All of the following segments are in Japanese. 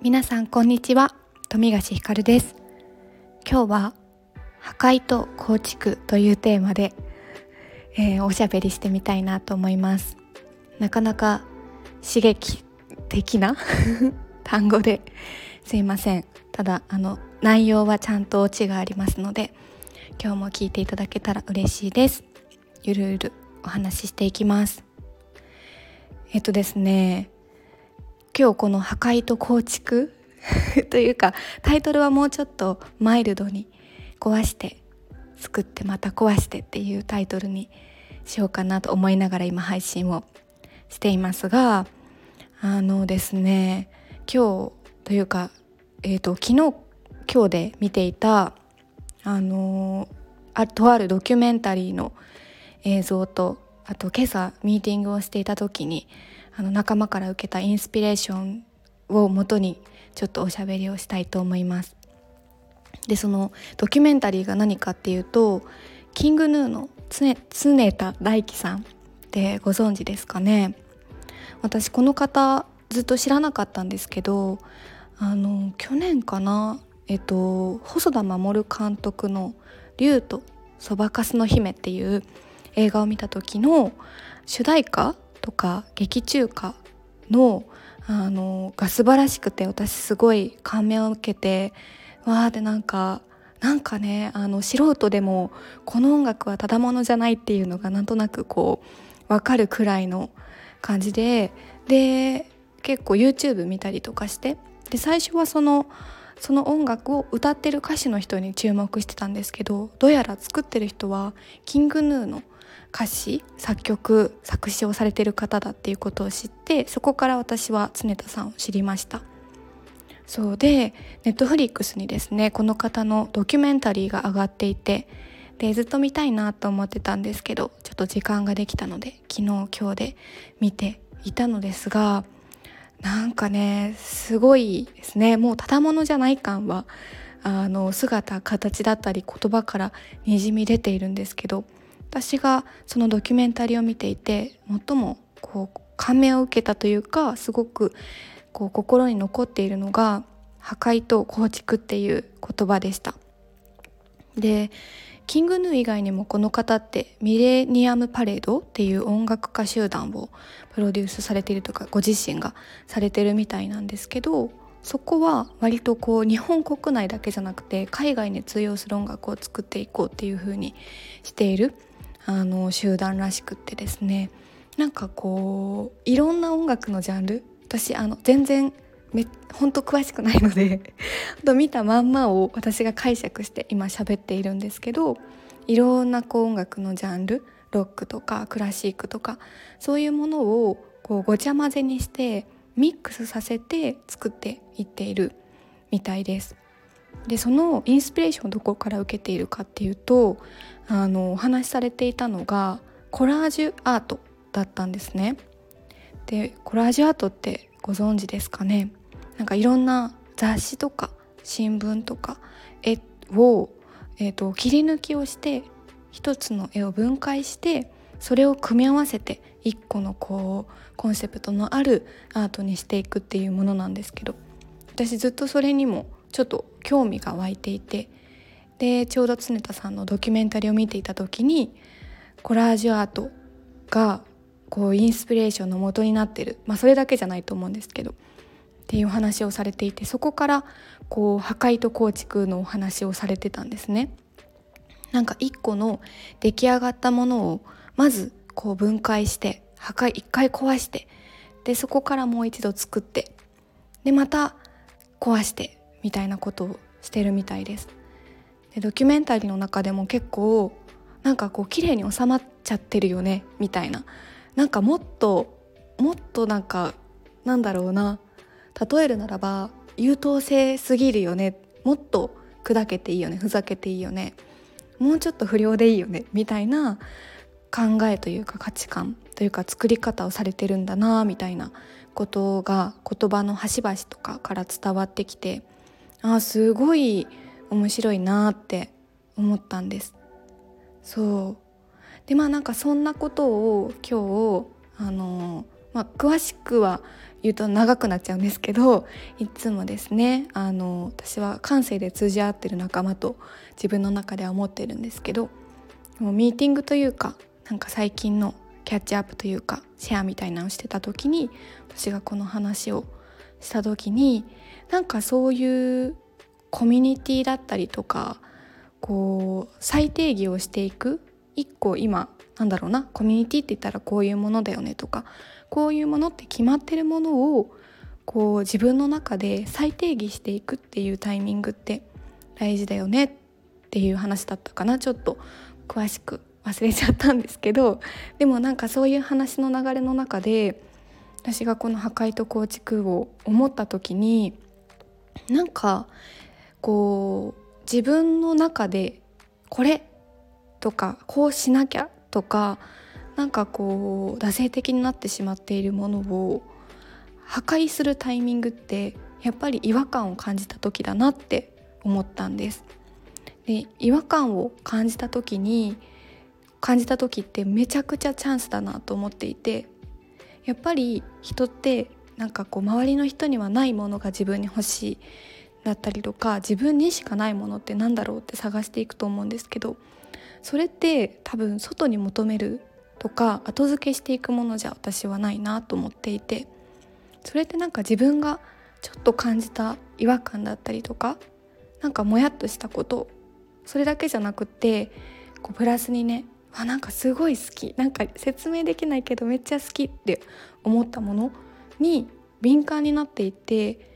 皆さんこんにちは、富樫ひかるです。今日は破壊と構築というテーマで、おしゃべりしてみたいなと思います。なかなか刺激的な単語ですいません。ただ内容はちゃんとオチがありますので、今日も聞いていただけたら嬉しいです。ゆるゆるお話ししていきます。ですね、今日この破壊と構築というか、タイトルはもうちょっとマイルドに、壊して作ってまた壊してっていうタイトルにしようかなと思いながら今配信をしていますが、ですね、今日というか、昨日今日で見ていたとあるドキュメンタリーの映像と、あと今朝ミーティングをしていた時に仲間から受けたインスピレーションをもとにちょっとおしゃべりをしたいと思います。で、そのドキュメンタリーが何かっていうと、キングヌーの常田大希さんってご存知ですかね。私この方ずっと知らなかったんですけど、去年かな、細田守監督の竜とそばかすの姫っていう映画を見た時の主題歌とか劇中歌のが素晴らしくて、私すごい感銘を受けて、わーってなんかね、素人でもこの音楽はただものじゃないっていうのがなんとなくこう分かるくらいの感じで、結構 YouTube 見たりとかして、で最初はその音楽を歌ってる歌手の人に注目してたんですけど、どうやら作ってる人はキングヌーの歌詞作曲作詞をされてる方だっていうことを知って、そこから私は常田さんを知りました。そうで、ネットフリックスにですね、この方のドキュメンタリーが上がっていて、でずっと見たいなと思ってたんですけど、ちょっと時間ができたので昨日今日で見ていたのですが、なんかね、すごいですね。もうただものじゃない感は姿形だったり言葉からにじみ出ているんですけど、私がそのドキュメンタリーを見ていて最もこう感銘を受けたというか、すごくこう心に残っているのが破壊と構築っていう言葉でした。で、キングヌー以外にもこの方ってミレニアムパレードっていう音楽家集団をプロデュースされているとか、ご自身がされてるみたいなんですけど、そこは割とこう日本国内だけじゃなくて海外に通用する音楽を作っていこうっていう風にしている集団らしくってですね、なんかこういろんな音楽のジャンル、私全然本当詳しくないので見たまんまを私が解釈して今喋っているんですけど、いろんなこう音楽のジャンル、ロックとかクラシックとか、そういうものをこうごちゃ混ぜにしてミックスさせて作っていっているみたいです。で、そのインスピレーションをどこから受けているかっていうと、お話しされていたのがコラージュアートだったんですね。で、コラージュアートってご存知ですかね。なんかいろんな雑誌とか新聞とか絵を、切り抜きをして一つの絵を分解して、それを組み合わせて一個のこうコンセプトのあるアートにしていくっていうものなんですけど、私ずっとそれにもちょっと興味が湧いていて、でちょうど常田さんのドキュメンタリーを見ていた時に、コラージュアートがこうインスピレーションの元になってる、それだけじゃないと思うんですけどっていうお話をされていて、そこからこう破壊と構築のお話をされてたんですね。なんか一個の出来上がったものをまずこう分解して一回壊して、でそこからもう一度作って、でまた壊してみたいなことをしてるみたいです。でドキュメンタリーの中でも結構なんかこう綺麗に収まっちゃってるよねみたいな、なんかもっとなんかなんだろうな、例えるならば優等生すぎるよね、もっと砕けていいよね、ふざけていいよね、もうちょっと不良でいいよねみたいな考えというか価値観というか作り方をされてるんだなみたいなことが言葉の端々とかから伝わってきて、すごい面白いなって思ったんです。そうで、なんかそんなことを今日詳しくは言うと長くなっちゃうんですけど、いつもですね私は感性で通じ合ってる仲間と自分の中では思ってるんですけど、もうミーティングというかなんか最近のキャッチアップというかシェアみたいなのをしてた時に、私がこの話をした時になんかそういうコミュニティだったりとかこう再定義をしていく、一個今コミュニティって言ったらこういうものだよねとか、こういうものって決まってるものをこう自分の中で再定義していくっていうタイミングって大事だよねっていう話だったかな。ちょっと詳しく忘れちゃったんですけど、でもなんかそういう話の流れの中で私がこの破壊と構築を思った時に、なんかこう自分の中でこれとかこうしなきゃとか、なんかこう惰性的になってしまっているものを破壊するタイミングってやっぱり違和感を感じた時だなって思ったんです。で、違和感を感じた時ってめちゃくちゃチャンスだなと思っていて、やっぱり人ってなんかこう周りの人にはないものが自分に欲しいだったりとか、自分にしかないものってなんだろうって探していくと思うんですけど、それって多分外に求めるとか後付けしていくものじゃ私はないなと思っていて、それってなんか自分がちょっと感じた違和感だったりとか、なんかもやっとしたこと、それだけじゃなくってこうプラスにね、なんかすごい好き、なんか説明できないけどめっちゃ好きって思ったものに敏感になっていって、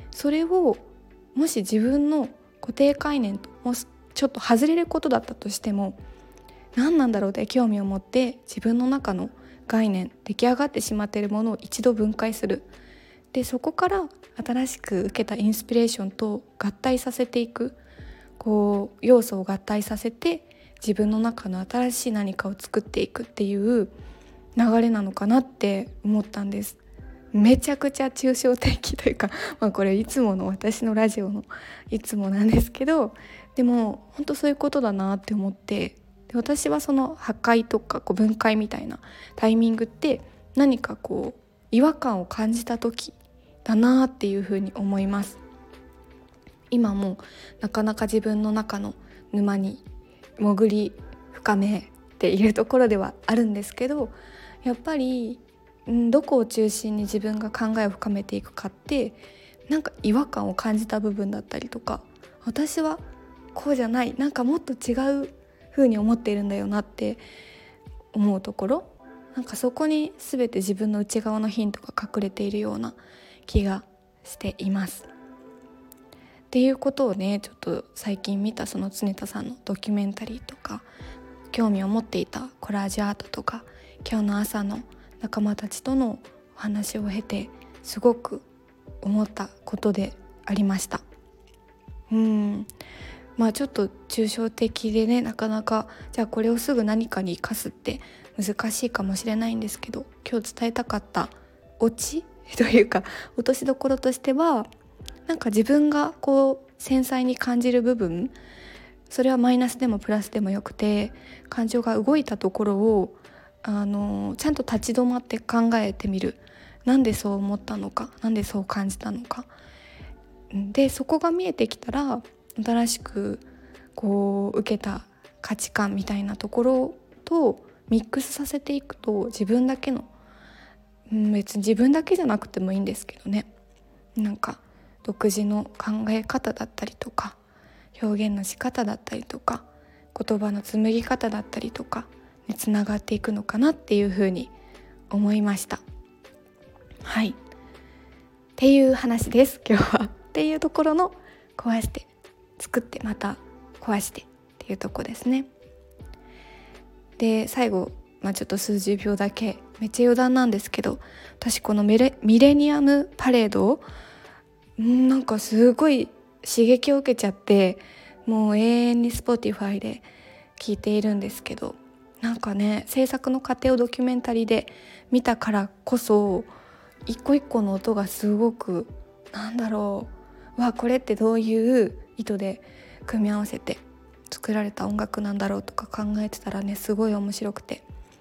それをもし自分の固定概念ともちょっと外れることだったとしても、何なんだろうって興味を持って自分の中の概念、出来上がってしまっているものを一度分解する。でそこから新しく受けたインスピレーションと合体させていく、こう要素を合体させて自分の中の新しい何かを作っていくっていう流れなのかなって思ったんです。めちゃくちゃ抽象的というか、これいつもの私のラジオのいつもなんですけど、でも本当そういうことだなって思って、で私はその破壊とかこう分解みたいなタイミングって何かこう違和感を感じた時だなっていうふうに思います。今もなかなか自分の中の沼に潜り深めているところではあるんですけど、やっぱりどこを中心に自分が考えを深めていくかってなんか違和感を感じた部分だったりとか、私はこうじゃない、なんかもっと違う風に思っているんだよなって思うところ、なんかそこに全て自分の内側のヒントが隠れているような気がしていますっていうことをね、ちょっと最近見たその常田さんのドキュメンタリーとか、興味を持っていたコラージュアートとか、今日の朝の仲間たちとのお話を経てすごく思ったことでありました。ちょっと抽象的でね、なかなかじゃあこれをすぐ何かに生かすって難しいかもしれないんですけど、今日伝えたかったオチというか落としどころとしては、なんか自分がこう繊細に感じる部分、それはマイナスでもプラスでもよくて、感情が動いたところをちゃんと立ち止まって考えてみる。なんでそう思ったのか、なんでそう感じたのかで、そこが見えてきたら新しくこう受けた価値観みたいなところとミックスさせていくと、自分だけの、別に自分だけじゃなくてもいいんですけどね、なんか独自の考え方だったりとか、表現の仕方だったりとか、言葉の紡ぎ方だったりとかにつながっていくのかなっていうふうに思いました。はい、っていう話です今日は。っていうところの壊して作ってまた壊してっていうとこですね。で最後、ちょっと数十秒だけめっちゃ余談なんですけど、私このミレニアムパレードなんかすごい刺激を受けちゃって、もう永遠に Spotify で聴いているんですけど、なんかね、制作の過程をドキュメンタリーで見たからこそ一個一個の音がすごくこれってどういう意図で組み合わせて作られた音楽なんだろうとか考えてたらね、すごい面白くて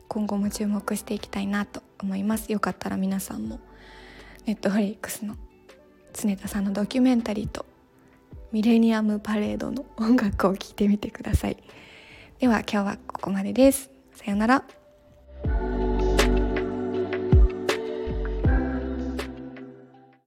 今後も注目していきたいなと思います。よかったら皆さんもNetflixの常田さんのドキュメンタリーとミレニアムパレードの音楽を聴いてみてください。では今日はここまでです。さようなら。